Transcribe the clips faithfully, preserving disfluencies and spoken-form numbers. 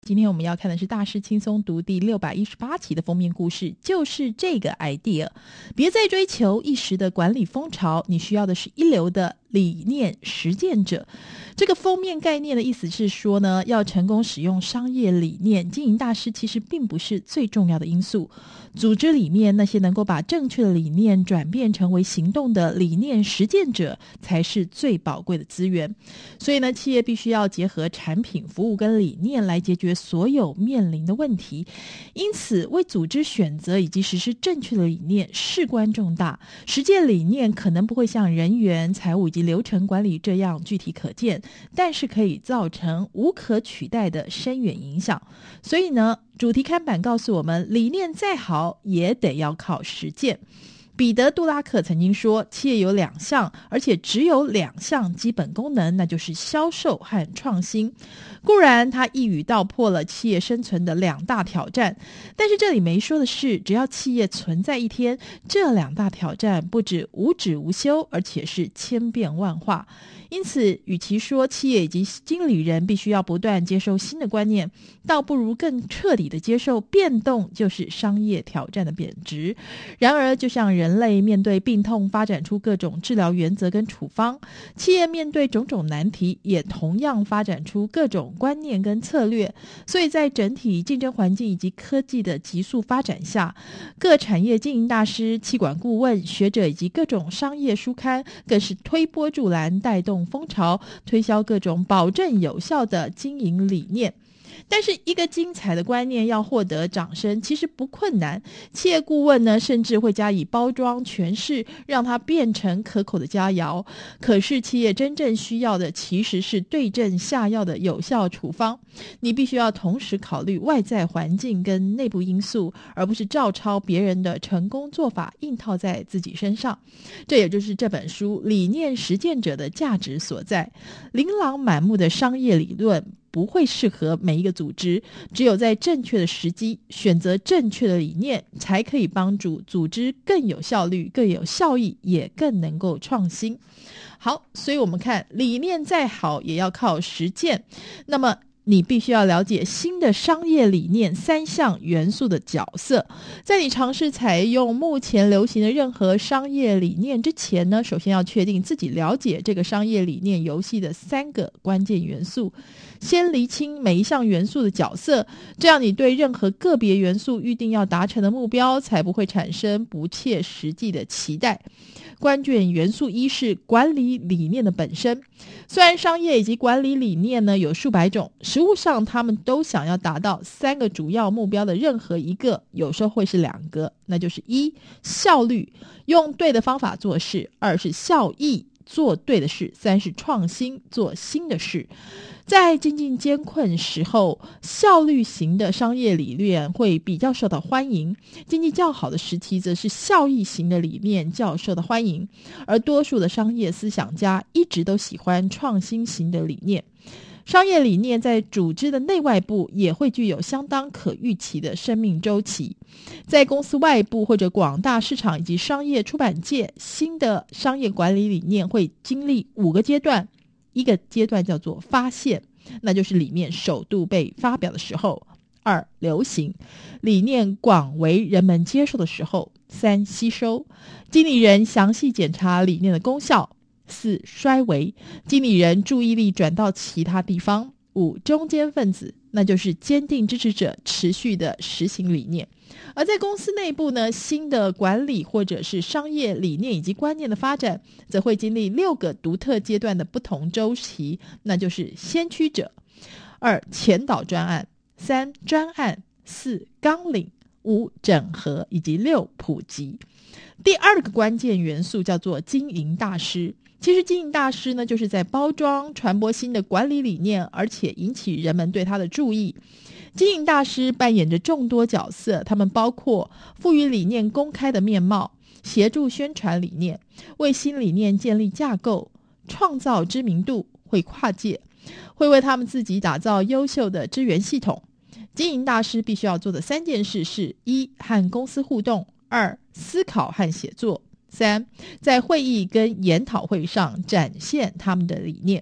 今天我们要看的是大师轻松读第六百一十八期的封面故事，就是这个 idea。 别再追求一时的管理风潮，你需要的是一流的理念实践者。这个封面概念的意思是说呢，要成功使用商业理念，经营大师其实并不是最重要的因素。组织里面那些能够把正确的理念转变成为行动的理念实践者才是最宝贵的资源。所以呢，企业必须要结合产品、服务跟理念来解决所有面临的问题。因此，为组织选择以及实施正确的理念事关重大。实践理念可能不会像人员、财务以及流程管理这样具体可见，但是可以造成无可取代的深远影响。所以呢，主题看板告诉我们，理念再好也得要靠实践。彼得·杜拉克曾经说，企业有两项，而且只有两项基本功能，那就是销售和创新。固然他一语道破了企业生存的两大挑战，但是这里没说的是，只要企业存在一天，这两大挑战不止无止无休，而且是千变万化。因此，与其说企业以及经理人必须要不断接受新的观念，倒不如更彻底的接受变动就是商业挑战的贬值。然而，就像人类面对病痛发展出各种治疗原则跟处方，企业面对种种难题也同样发展出各种观念跟策略。所以在整体竞争环境以及科技的急速发展下，各产业经营大师、企管顾问、学者以及各种商业书刊更是推波助澜，带动风潮，推销各种保证有效的经营理念。但是一个精彩的观念要获得掌声其实不困难，企业顾问呢甚至会加以包装诠释，让它变成可口的佳肴。可是企业真正需要的其实是对症下药的有效处方。你必须要同时考虑外在环境跟内部因素，而不是照抄别人的成功做法硬套在自己身上。这也就是这本书理念实践者的价值所在。琳琅满目的商业理论不会适合每一个组织，只有在正确的时机选择正确的理念，才可以帮助组织更有效率、更有效益，也更能够创新。好，所以我们看理念再好也要靠实践。那么你必须要了解新的商业理念三项元素的角色。在你尝试采用目前流行的任何商业理念之前呢，首先要确定自己了解这个商业理念游戏的三个关键元素，先厘清每一项元素的角色，这样你对任何个别元素预定要达成的目标才不会产生不切实际的期待。关键元素一是管理理念的本身。虽然商业以及管理理念呢有数百种，实务上他们都想要达到三个主要目标的任何一个，有时候会是两个，那就是一效率，用对的方法做事；二是效益，做对的事；三是创新，做新的事。在经济艰困时候，效率型的商业理念会比较受到欢迎，经济较好的时期则是效益型的理念较受到欢迎，而多数的商业思想家一直都喜欢创新型的理念。商业理念在组织的内外部也会具有相当可预期的生命周期。在公司外部或者广大市场以及商业出版界，新的商业管理理念会经历五个阶段。一个阶段叫做发现，那就是理念首度被发表的时候；二流行，理念广为人们接受的时候；三吸收，经理人详细检查理念的功效；四衰微，经理人注意力转到其他地方；五中间分子，那就是坚定支持者持续的实行理念。而在公司内部呢，新的管理或者是商业理念以及观念的发展，则会经历六个独特阶段的不同周期，那就是先驱者；二前导专案；三专案；四纲领；五整合，以及六普及。第二个关键元素叫做经营大师。其实经营大师呢，就是在包装传播新的管理理念，而且引起人们对他的注意。经营大师扮演着众多角色，他们包括赋予理念公开的面貌，协助宣传理念，为新理念建立架构，创造知名度，会跨界，会为他们自己打造优秀的支援系统。经营大师必须要做的三件事是：一和公司互动；二思考和写作；三在会议跟研讨会上展现他们的理念。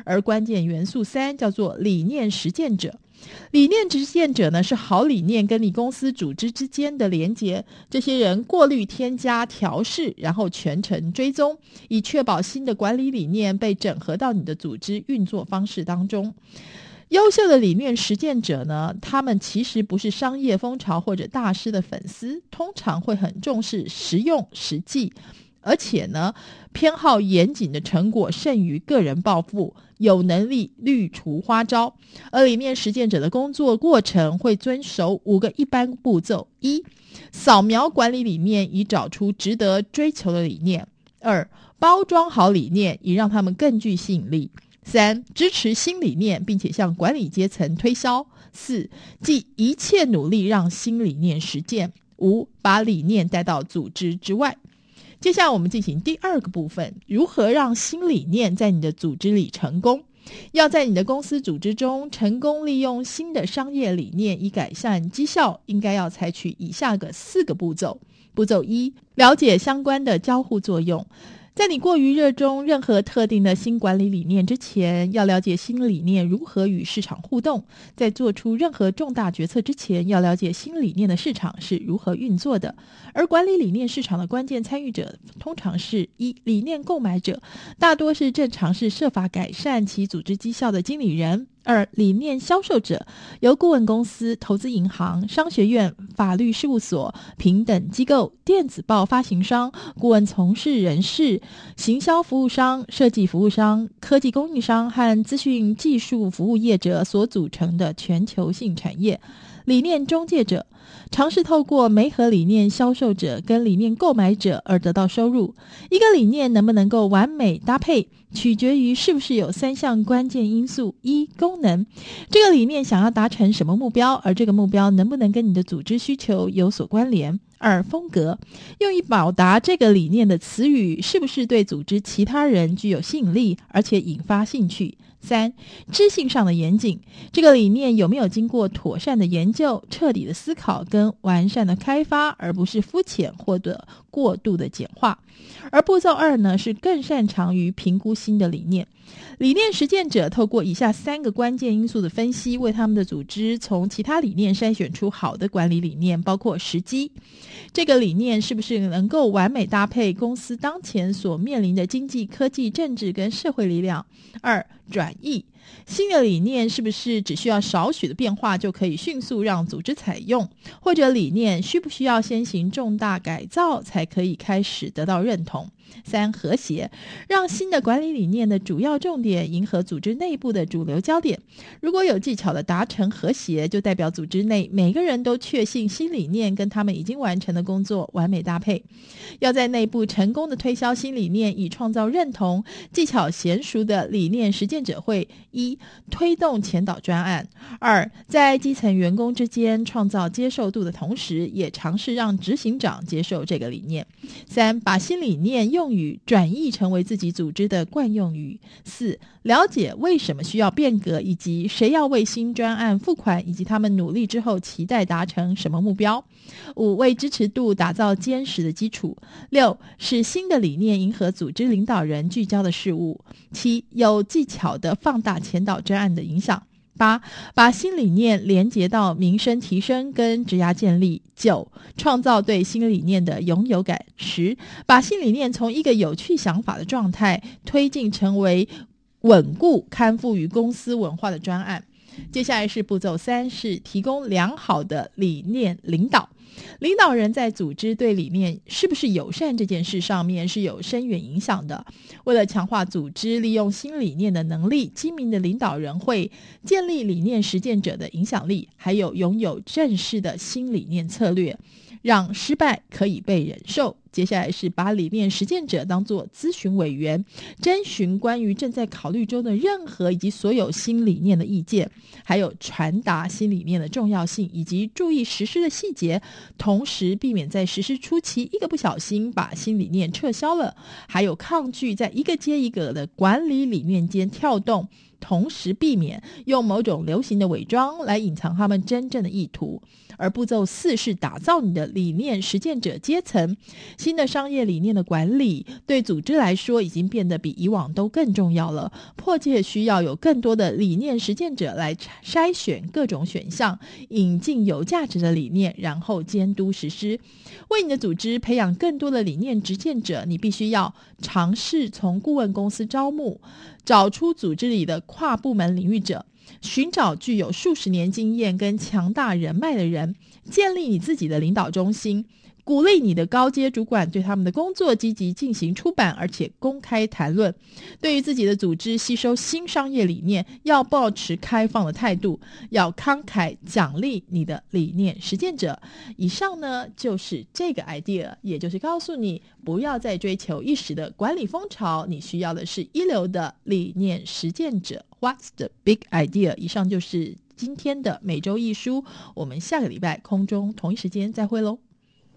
而关键元素三叫做理念实践者。理念实践者呢，是好理念跟你公司组织之间的连结，这些人过滤添加调试，然后全程追踪，以确保新的管理理念被整合到你的组织运作方式当中。优秀的理念实践者呢，他们其实不是商业风潮或者大师的粉丝，通常会很重视实用实际，而且呢，偏好严谨的成果胜于个人抱负，有能力滤除花招。而理念实践者的工作过程会遵守五个一般步骤：一、扫描管理理念，以找出值得追求的理念；二、包装好理念，以让他们更具吸引力；三、支持新理念，并且向管理阶层推销；四、尽一切努力让新理念实践；五、把理念带到组织之外。接下来我们进行第二个部分，如何让新理念在你的组织里成功。要在你的公司组织中成功利用新的商业理念以改善绩效，应该要采取以下个四个步骤。步骤一，了解相关的交互作用。在你过于热衷任何特定的新管理理念之前，要了解新理念如何与市场互动。在做出任何重大决策之前，要了解新理念的市场是如何运作的。而管理理念市场的关键参与者通常是一、理念购买者，大多是正尝试设法改善其组织绩效的经理人；二、理念销售者，由顾问公司、投资银行、商学院、法律事务所、平等机构、电子报发行商、顾问从事人士、行销服务商、设计服务商、科技供应商和资讯技术服务业者所组成的全球性产业；理念中介者，尝试透过媒合理念销售者跟理念购买者而得到收入。一个理念能不能够完美搭配，取决于是不是有三项关键因素：一、功能，这个理念想要达成什么目标，而这个目标能不能跟你的组织需求有所关联；二、风格，用以表达这个理念的词语是不是对组织其他人具有吸引力，而且引发兴趣；三、知性上的严谨，这个理念有没有经过妥善的研究、彻底的思考跟完善的开发，而不是肤浅或者过度的简化。而步骤二呢，是更擅长于评估新的理念。理念实践者透过以下三个关键因素的分析，为他们的组织从其他理念筛选出好的管理理念，包括时机，这个理念是不是能够完美搭配公司当前所面临的经济、科技、政治跟社会力量；二、转译，新的理念是不是只需要少许的变化就可以迅速让组织采用，或者理念需不需要先行重大改造才可以开始得到认同；三、和谐，让新的管理理念的主要重点迎合组织内部的主流焦点。如果有技巧的达成和谐，就代表组织内每个人都确信新理念跟他们已经完成的工作完美搭配。要在内部成功的推销新理念，以创造认同，技巧娴熟的理念实践者会：一、推动前导专案；二、在基层员工之间创造接受度的同时，也尝试让执行长接受这个理念；三、把新理念用语转译成为自己组织的惯用语；四、了解为什么需要变革，以及谁要为新专案付款，以及他们努力之后期待达成什么目标；五、为支持度打造坚实的基础；六、使新的理念迎合组织领导人聚焦的事物；七、有技巧的放大前导专案的影响；八、把新理念连结到民生提升跟职涯建立；九、创造对新理念的拥有感；十、把新理念从一个有趣想法的状态推进成为稳固堪负于公司文化的专案。接下来是步骤三，是提供良好的理念领导。领导人在组织对理念是不是友善这件事上面是有深远影响的。为了强化组织利用新理念的能力，精明的领导人会建立理念实践者的影响力，还有拥有正式的新理念策略，让失败可以被忍受。接下来是把理念实践者当作咨询委员，征询关于正在考虑中的任何以及所有新理念的意见，还有传达新理念的重要性以及注意实施的细节，同时避免在实施初期一个不小心把新理念撤销了，还有抗拒在一个接一个的管理理念间跳动，同时避免用某种流行的伪装来隐藏他们真正的意图。而步骤四是打造你的理念实践者阶层， 新的商业理念的管理对组织来说已经变得比以往都更重要了，迫切需要有更多的理念实践者来筛选各种选项，引进有价值的理念，然后监督实施。为你的组织培养更多的理念实践者，你必须要尝试从顾问公司招募，找出组织里的跨部门领域者，寻找具有数十年经验跟强大人脉的人，建立你自己的领导中心，鼓励你的高阶主管对他们的工作积极进行出版，而且公开谈论。对于自己的组织吸收新商业理念，要保持开放的态度，要慷慨奖励你的理念实践者。以上呢就是这个 idea， 也就是告诉你不要再追求一时的管理风潮，你需要的是一流的理念实践者。 What's the big idea？ 以上就是今天的每周一书，我们下个礼拜空中同一时间再会喽。